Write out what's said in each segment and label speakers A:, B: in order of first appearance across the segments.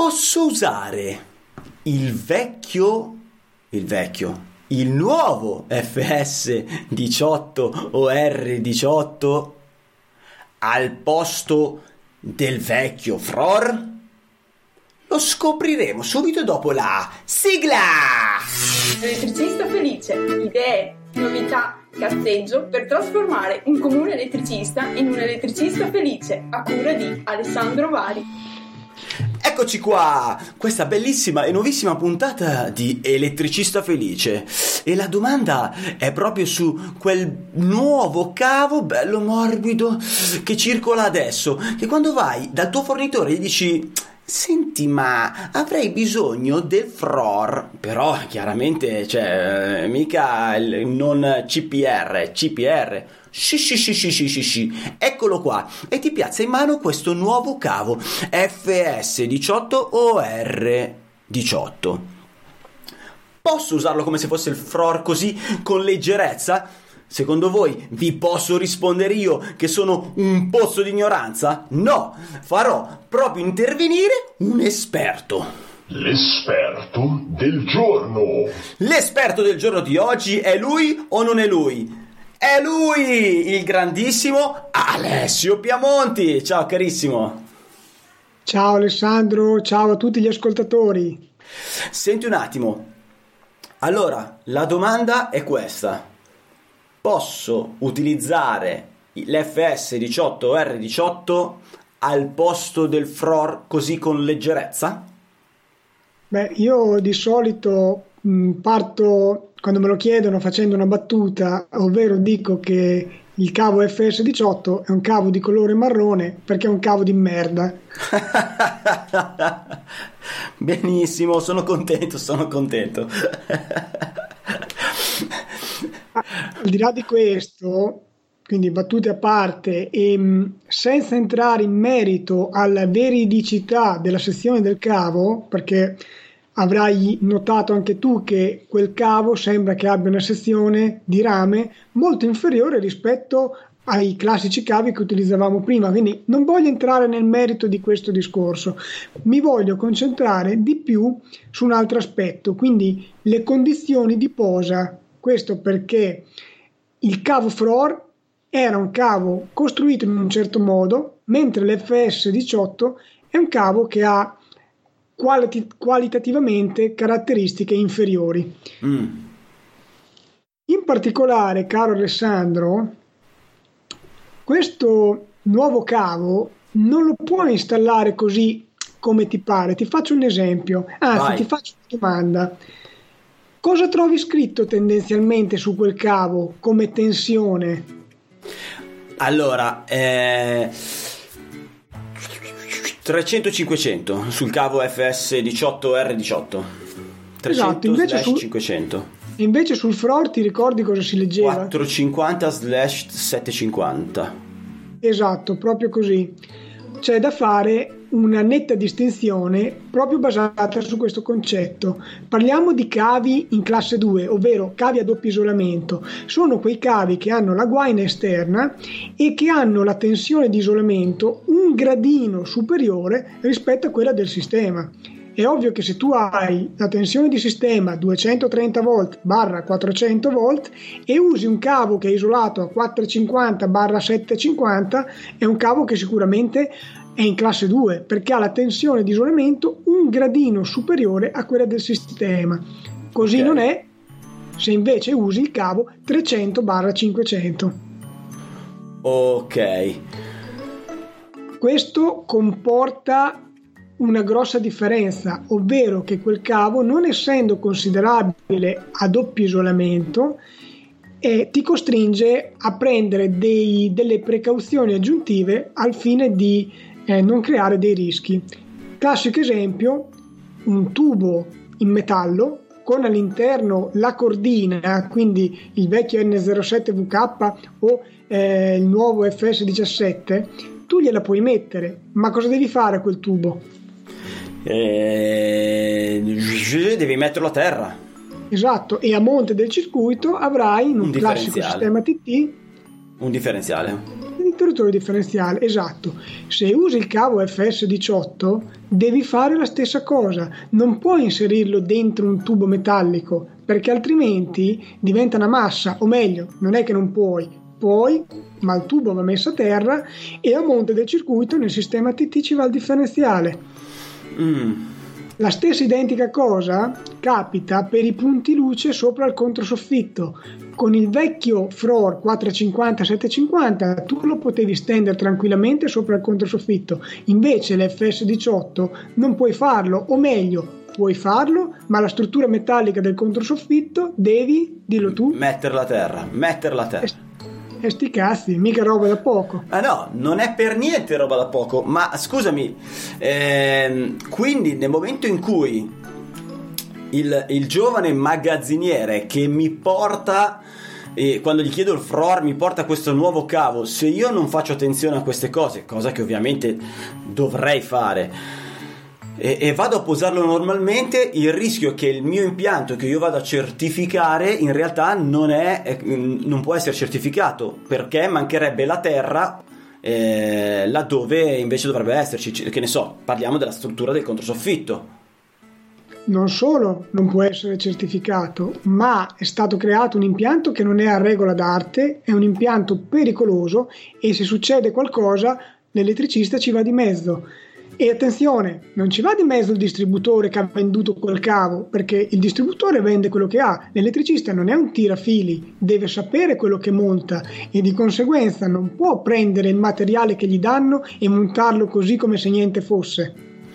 A: Posso usare il nuovo FS18 o R18 al posto del vecchio FROR? Lo scopriremo subito dopo la sigla!
B: Elettricista felice, idee, novità, cazzeggio per trasformare un comune elettricista in un elettricista felice, a cura di Alessandro Vari.
A: Eccoci qua, questa bellissima e nuovissima puntata di Elettricista Felice, e la domanda è proprio su quel nuovo cavo bello morbido che circola adesso, che quando vai dal tuo fornitore gli dici: senti, ma avrei bisogno del FROR, però chiaramente mica non CPR. Sì, eccolo qua, e ti piazza in mano questo nuovo cavo FS18 o R18. Posso usarlo come se fosse il FROR così con leggerezza? Secondo voi vi posso rispondere io che sono un pozzo di ignoranza? No, farò proprio intervenire un esperto.
C: L'esperto del giorno.
A: L'esperto del giorno di oggi è lui o non è lui? È lui, il grandissimo Alessio Piamonti. Ciao carissimo.
D: Ciao Alessandro, ciao a tutti gli ascoltatori.
A: Senti un attimo. Allora, la domanda è questa: posso utilizzare l'FS18R18 al posto del FROR così con leggerezza?
D: Beh, io di solito parto, quando me lo chiedono, facendo una battuta, ovvero dico che il cavo FS18 è un cavo di colore marrone perché è un cavo di merda.
A: Benissimo, sono contento.
D: Al di là di questo, quindi battute a parte, e senza entrare in merito alla veridicità della sezione del cavo, perché avrai notato anche tu che quel cavo sembra che abbia una sezione di rame molto inferiore rispetto ai classici cavi che utilizzavamo prima, quindi non voglio entrare nel merito di questo discorso, mi voglio concentrare di più su un altro aspetto, quindi le condizioni di posa. Questo perché il cavo FROR era un cavo costruito in un certo modo, mentre l'FS18 è un cavo che ha qualitativamente caratteristiche inferiori. In particolare, caro Alessandro, questo nuovo cavo non lo puoi installare così come ti pare. Ti faccio un esempio, anzi ti faccio una domanda. Cosa trovi scritto tendenzialmente su quel cavo come tensione?
A: Allora, 300-500 sul cavo FS18R18. 300/500.
D: Invece sul FROR ti ricordi cosa si leggeva?
A: 450/750.
D: Esatto, proprio così. C'è da fare una netta distinzione proprio basata su questo concetto. Parliamo di cavi in classe 2, ovvero cavi a doppio isolamento. Sono quei cavi che hanno la guaina esterna e che hanno la tensione di isolamento un gradino superiore rispetto a quella del sistema. È ovvio che se tu hai la tensione di sistema 230 volt barra 400 volt e usi un cavo che è isolato a 450 barra 750, è un cavo che sicuramente è in classe 2 perché ha la tensione di isolamento un gradino superiore a quella del sistema. Così non è se invece usi il cavo 300 barra 500.
A: Ok.
D: Questo comporta una grossa differenza, ovvero che quel cavo, non essendo considerabile a doppio isolamento, ti costringe a prendere delle precauzioni aggiuntive al fine di non creare dei rischi. Classico esempio, un tubo in metallo con all'interno la cordina, quindi il vecchio N07VK o il nuovo FS17, tu gliela puoi mettere, ma cosa devi fare a quel tubo?
A: Devi metterlo a terra.
D: Esatto, e a monte del circuito avrai in un classico sistema TT
A: un differenziale.
D: interruttore differenziale, esatto. Se usi il cavo FS18 devi fare la stessa cosa, non puoi inserirlo dentro un tubo metallico perché altrimenti diventa una massa, o meglio, non è che non puoi, ma il tubo va messo a terra e a monte del circuito nel sistema TT ci va il differenziale. La stessa identica cosa capita per i punti luce sopra il controsoffitto. Con il vecchio FROR 450-750 tu lo potevi stendere tranquillamente sopra il controsoffitto, invece l'FS18 non puoi farlo, o meglio, puoi farlo, ma la struttura metallica del controsoffitto devi, dillo tu,
A: metterla a terra.
D: E sti cazzi, mica roba da poco.
A: Ah no, non è per niente roba da poco, ma scusami, quindi nel momento in cui il giovane magazziniere che mi porta, quando gli chiedo il FROR, mi porta questo nuovo cavo, se io non faccio attenzione a queste cose, cosa che ovviamente dovrei fare, e vado a posarlo normalmente, il rischio è che il mio impianto che io vado a certificare in realtà non può essere certificato, perché mancherebbe la terra laddove invece dovrebbe esserci, che ne so, parliamo della struttura del controsoffitto.
D: Non solo non può essere certificato, ma è stato creato un impianto che non è a regola d'arte, è un impianto pericoloso e se succede qualcosa l'elettricista ci va di mezzo. E attenzione, non ci va di mezzo il distributore che ha venduto quel cavo, perché il distributore vende quello che ha, l'elettricista non è un tirafili, deve sapere quello che monta e di conseguenza non può prendere il materiale che gli danno e montarlo così come se niente fosse.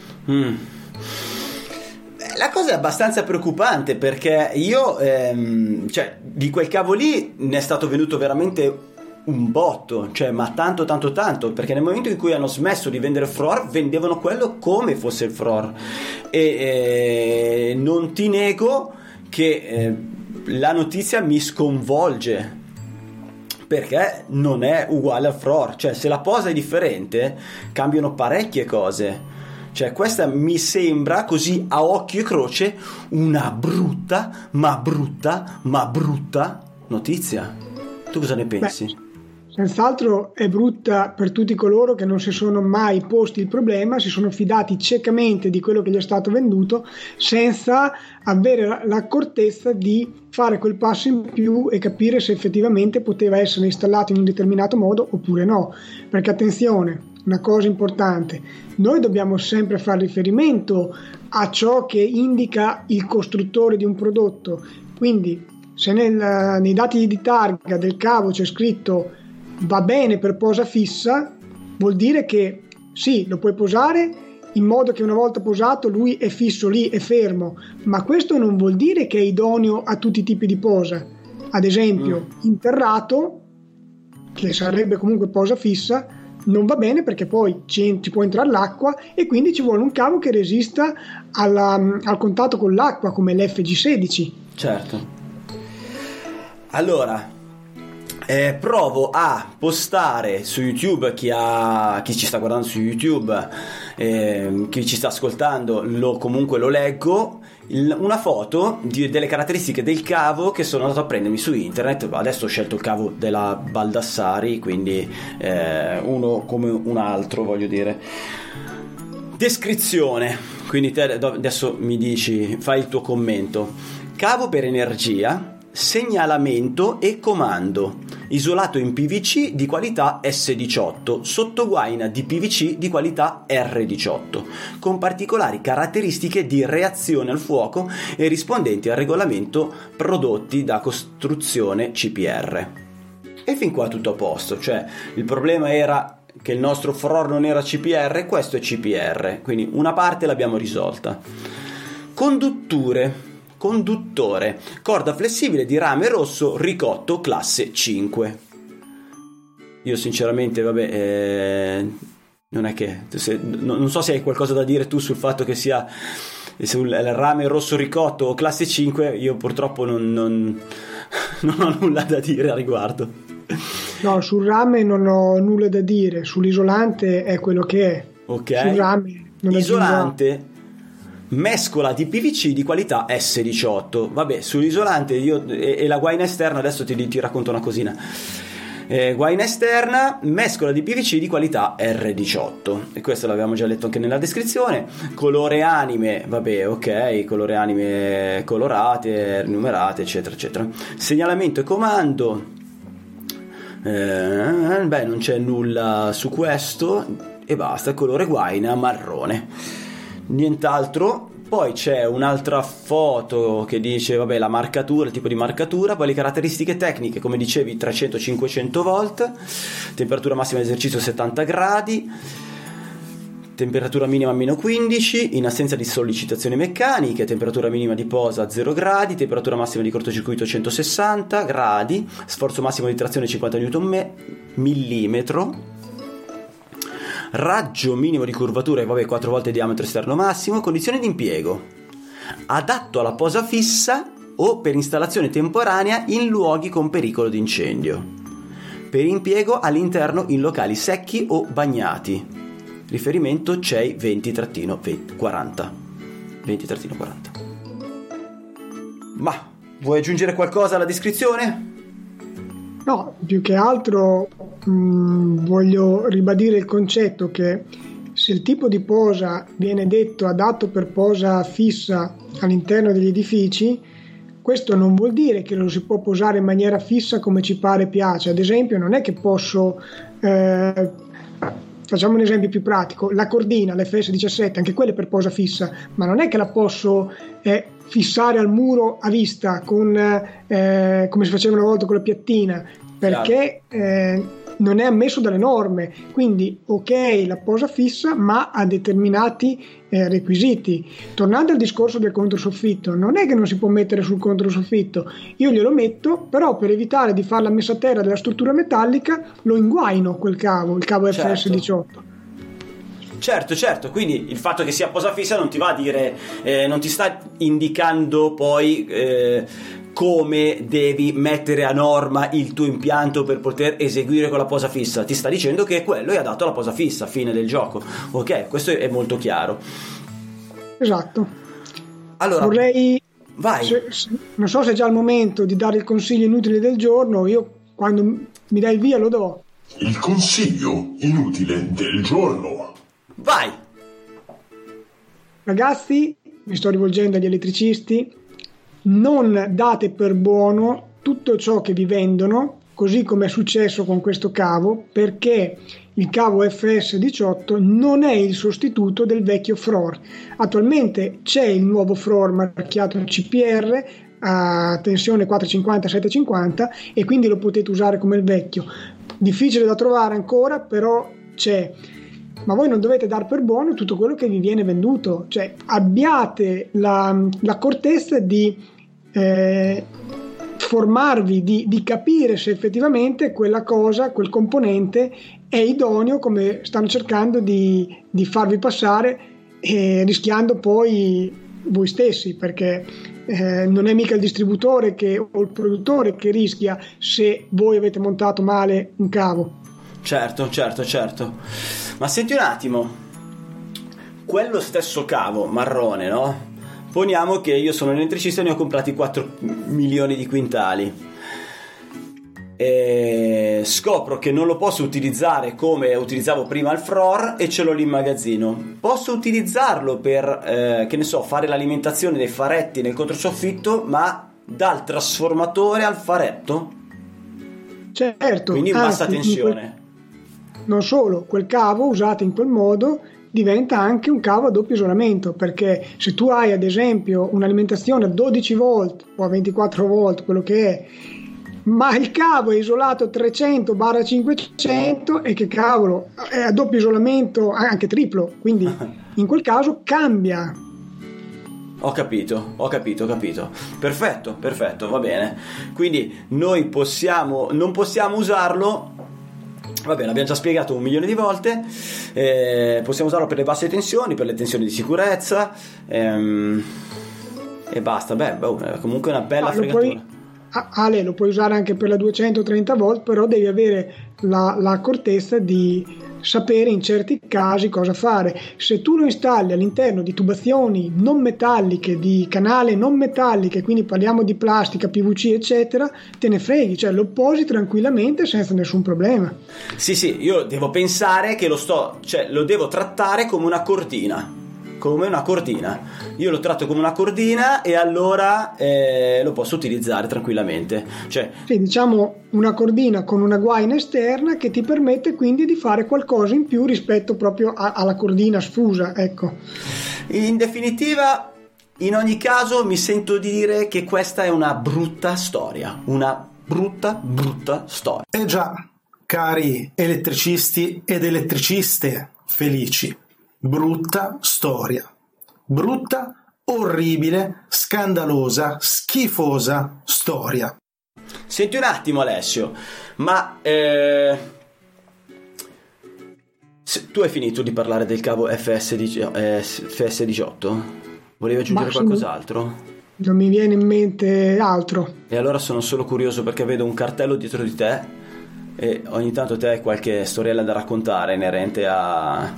A: La cosa è abbastanza preoccupante, perché io cioè di quel cavo lì ne è stato venuto veramente un botto, cioè ma tanto, perché nel momento in cui hanno smesso di vendere FROR vendevano quello come fosse il FROR e non ti nego che la notizia mi sconvolge, perché non è uguale al FROR, cioè se la posa è differente cambiano parecchie cose, cioè questa mi sembra così a occhio e croce una brutta notizia. Tu cosa ne pensi?
D: Senz'altro è brutta per tutti coloro che non si sono mai posti il problema, si sono fidati ciecamente di quello che gli è stato venduto senza avere l'accortezza di fare quel passo in più e capire se effettivamente poteva essere installato in un determinato modo oppure no. Perché attenzione, una cosa importante, noi dobbiamo sempre fare riferimento a ciò che indica il costruttore di un prodotto, quindi se nei dati di targa del cavo c'è scritto va bene per posa fissa, vuol dire che sì, lo puoi posare in modo che una volta posato lui è fisso lì, è fermo, ma questo non vuol dire che è idoneo a tutti i tipi di posa. Ad esempio, interrato, che sarebbe comunque posa fissa, non va bene perché poi ci può entrare l'acqua e quindi ci vuole un cavo che resista al contatto con l'acqua, come l'FG16.
A: Certo. Allora, provo a postare su YouTube, chi ci sta guardando su YouTube, chi ci sta ascoltando comunque lo leggo, una foto delle caratteristiche del cavo che sono andato a prendermi su internet. Adesso ho scelto il cavo della Baldassari, quindi uno come un altro, voglio dire. Descrizione, quindi te adesso mi dici, fai il tuo commento. Cavo per energia, segnalamento e comando, isolato in PVC di qualità S18, sottoguaina di PVC di qualità R18, con particolari caratteristiche di reazione al fuoco e rispondenti al regolamento prodotti da costruzione CPR. E fin qua tutto a posto, cioè il problema era che il nostro FROR non era CPR, questo è CPR, quindi una parte l'abbiamo risolta. Conduttore, corda flessibile di rame rosso ricotto classe 5. Io sinceramente non è che non so se hai qualcosa da dire tu sul fatto che sia sul rame rosso ricotto o classe 5. Io purtroppo non ho nulla da dire a riguardo.
D: No, sul rame non ho nulla da dire, sull'isolante è quello che è.
A: Ok.
D: Sul rame non
A: isolante, mescola di PVC di qualità S18. Vabbè, sull'isolante io e la guaina esterna adesso ti racconto una cosina. Guaina esterna, mescola di PVC di qualità R18, e questo l'avevamo già letto anche nella descrizione. Colore anime, vabbè, ok, colore anime colorate, numerate, eccetera eccetera. Segnalamento e comando, beh, non c'è nulla su questo, e basta. Colore guaina marrone, nient'altro. Poi c'è un'altra foto che dice, vabbè, la marcatura, il tipo di marcatura, poi le caratteristiche tecniche, come dicevi, 300-500 volt, temperatura massima di esercizio 70 gradi, temperatura minima meno 15, in assenza di sollecitazioni meccaniche, temperatura minima di posa 0 gradi, temperatura massima di cortocircuito 160 gradi, sforzo massimo di trazione 50 Nm, raggio minimo di curvatura, vabbè, 4 volte il diametro esterno massimo. Condizioni di impiego: adatto alla posa fissa o per installazione temporanea in luoghi con pericolo di incendio, per impiego all'interno in locali secchi o bagnati. Riferimento CEI 20-40. Ma vuoi aggiungere qualcosa alla descrizione?
D: No, più che altro voglio ribadire il concetto che se il tipo di posa viene detto adatto per posa fissa all'interno degli edifici, questo non vuol dire che lo si può posare in maniera fissa come ci pare e piace. Ad esempio, non è che posso, facciamo un esempio più pratico, la cordina, l'FS17, anche quella è per posa fissa, ma non è che la posso fissare al muro a vista con, come si faceva una volta con la piattina, perché non è ammesso dalle norme. Quindi ok, la posa fissa, ma a determinati requisiti. Tornando al discorso del controsoffitto, non è che non si può mettere sul controsoffitto, io glielo metto, però per evitare di fare la messa a terra della struttura metallica lo inguaino il cavo FS18.
A: Certo, quindi il fatto che sia posa fissa non ti va a dire, non ti sta indicando poi come devi mettere a norma il tuo impianto per poter eseguire con la posa fissa. Ti sta dicendo che quello è adatto alla posa fissa, fine del gioco. Ok, questo è molto chiaro.
D: Esatto.
A: Allora,
D: vorrei,
A: vai.
D: Non so se è già il momento di dare il consiglio inutile del giorno. Io quando mi dai il via lo do.
C: Il consiglio inutile del giorno.
A: Vai.
D: Ragazzi, mi sto rivolgendo agli elettricisti: non date per buono tutto ciò che vi vendono, così come è successo con questo cavo, perché il cavo FS18 non è il sostituto del vecchio FROR. Attualmente c'è il nuovo FROR marchiato CPR a tensione 450-750 e quindi lo potete usare come il vecchio. Difficile da trovare ancora, però c'è. Ma voi non dovete dar per buono tutto quello che vi viene venduto, cioè abbiate l'accortezza di formarvi, di capire se effettivamente quella cosa, quel componente è idoneo come stanno cercando di farvi passare, rischiando poi voi stessi, perché non è mica il distributore o il produttore che rischia se voi avete montato male un cavo.
A: Certo. Ma senti un attimo, quello stesso cavo marrone, no? Poniamo che io sono un elettricista e ne ho comprati 4 milioni di quintali e scopro che non lo posso utilizzare come utilizzavo prima il FROR e ce l'ho lì in magazzino. Posso utilizzarlo per, che ne so, fare l'alimentazione dei faretti nel controsoffitto, ma dal trasformatore al faretto?
D: Certo.
A: Quindi bassa tensione.
D: Non solo, quel cavo usato in quel modo diventa anche un cavo a doppio isolamento, perché se tu hai ad esempio un'alimentazione a 12 volt o a 24 volt, quello che è, ma il cavo è isolato 300/500, e che cavolo, è a doppio isolamento, anche triplo, quindi in quel caso cambia.
A: Ho capito. Perfetto, va bene. Quindi noi non possiamo usarlo. Va bene, abbiamo già spiegato 1 milione di volte. Possiamo usarlo per le basse tensioni, per le tensioni di sicurezza, e basta. Comunque una bella fregatura.
D: Ale, lo puoi usare anche per la 230 volt, però devi avere l'accortezza di sapere in certi casi cosa fare. Se tu lo installi all'interno di tubazioni non metalliche, di canale non metalliche, quindi parliamo di plastica, PVC eccetera, te ne freghi, cioè lo posi tranquillamente senza nessun problema.
A: Sì, io devo pensare che lo devo trattare come una cordina. Io lo tratto come una cordina e allora lo posso utilizzare tranquillamente. Cioè,
D: sì, diciamo una cordina con una guaina esterna che ti permette quindi di fare qualcosa in più rispetto proprio alla cordina sfusa, ecco.
A: In definitiva, in ogni caso mi sento di dire che questa è una brutta storia, una brutta storia.
E: Già, cari elettricisti ed elettriciste felici, brutta storia, brutta, orribile, scandalosa, schifosa storia.
A: Senti un attimo Alessio, ma tu hai finito di parlare del cavo FS18? Volevi aggiungere qualcos'altro?
D: Non mi viene in mente altro.
A: E allora sono solo curioso perché vedo un cartello dietro di te e ogni tanto te hai qualche storiella da raccontare inerente a...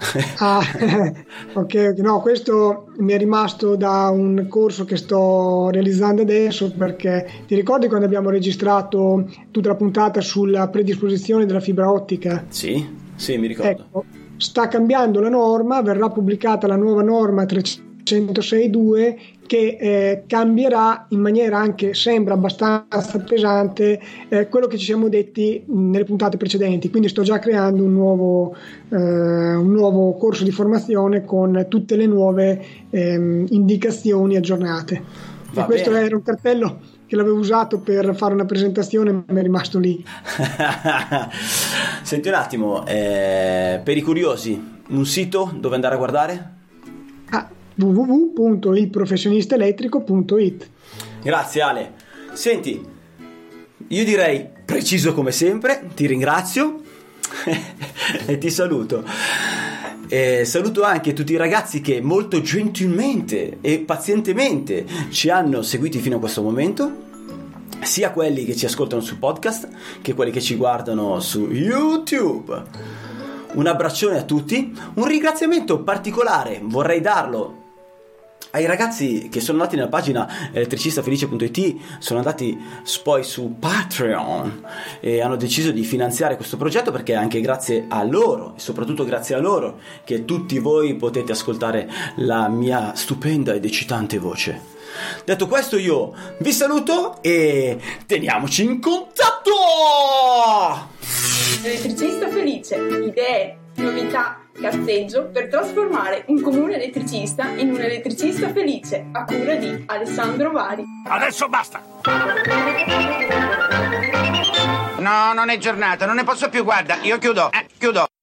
D: Ok, no, questo mi è rimasto da un corso che sto realizzando adesso, perché ti ricordi quando abbiamo registrato tutta la puntata sulla predisposizione della fibra ottica?
A: Sì, mi ricordo.
D: Ecco, sta cambiando la norma, verrà pubblicata la nuova norma 306.2 che cambierà in maniera anche, sembra abbastanza pesante, quello che ci siamo detti nelle puntate precedenti, quindi sto già creando un nuovo corso di formazione con tutte le nuove indicazioni aggiornate.
A: Va
D: e questo
A: bene.
D: Era un cartello che l'avevo usato per fare una presentazione, ma mi è rimasto lì.
A: Senti un attimo, per i curiosi, un sito dove andare a guardare?
D: www.ilprofessionistaelettrico.it.
A: Grazie Ale. Senti, io direi preciso come sempre, ti ringrazio e ti saluto. E saluto anche tutti i ragazzi che molto gentilmente e pazientemente ci hanno seguiti fino a questo momento, sia quelli che ci ascoltano sul podcast che quelli che ci guardano su YouTube. Un abbraccione a tutti, un ringraziamento particolare vorrei darlo ai ragazzi che sono andati nella pagina elettricistafelice.it, sono andati poi su Patreon e hanno deciso di finanziare questo progetto, perché è anche grazie a loro e soprattutto grazie a loro che tutti voi potete ascoltare la mia stupenda ed eccitante voce. Detto questo, io vi saluto e teniamoci in contatto!
B: Elettricista felice, idee, novità, cazzeggio per trasformare un comune elettricista in un elettricista felice, a cura di Alessandro Vari.
F: Adesso basta!
G: No, non è giornata, non ne posso più, guarda, io chiudo.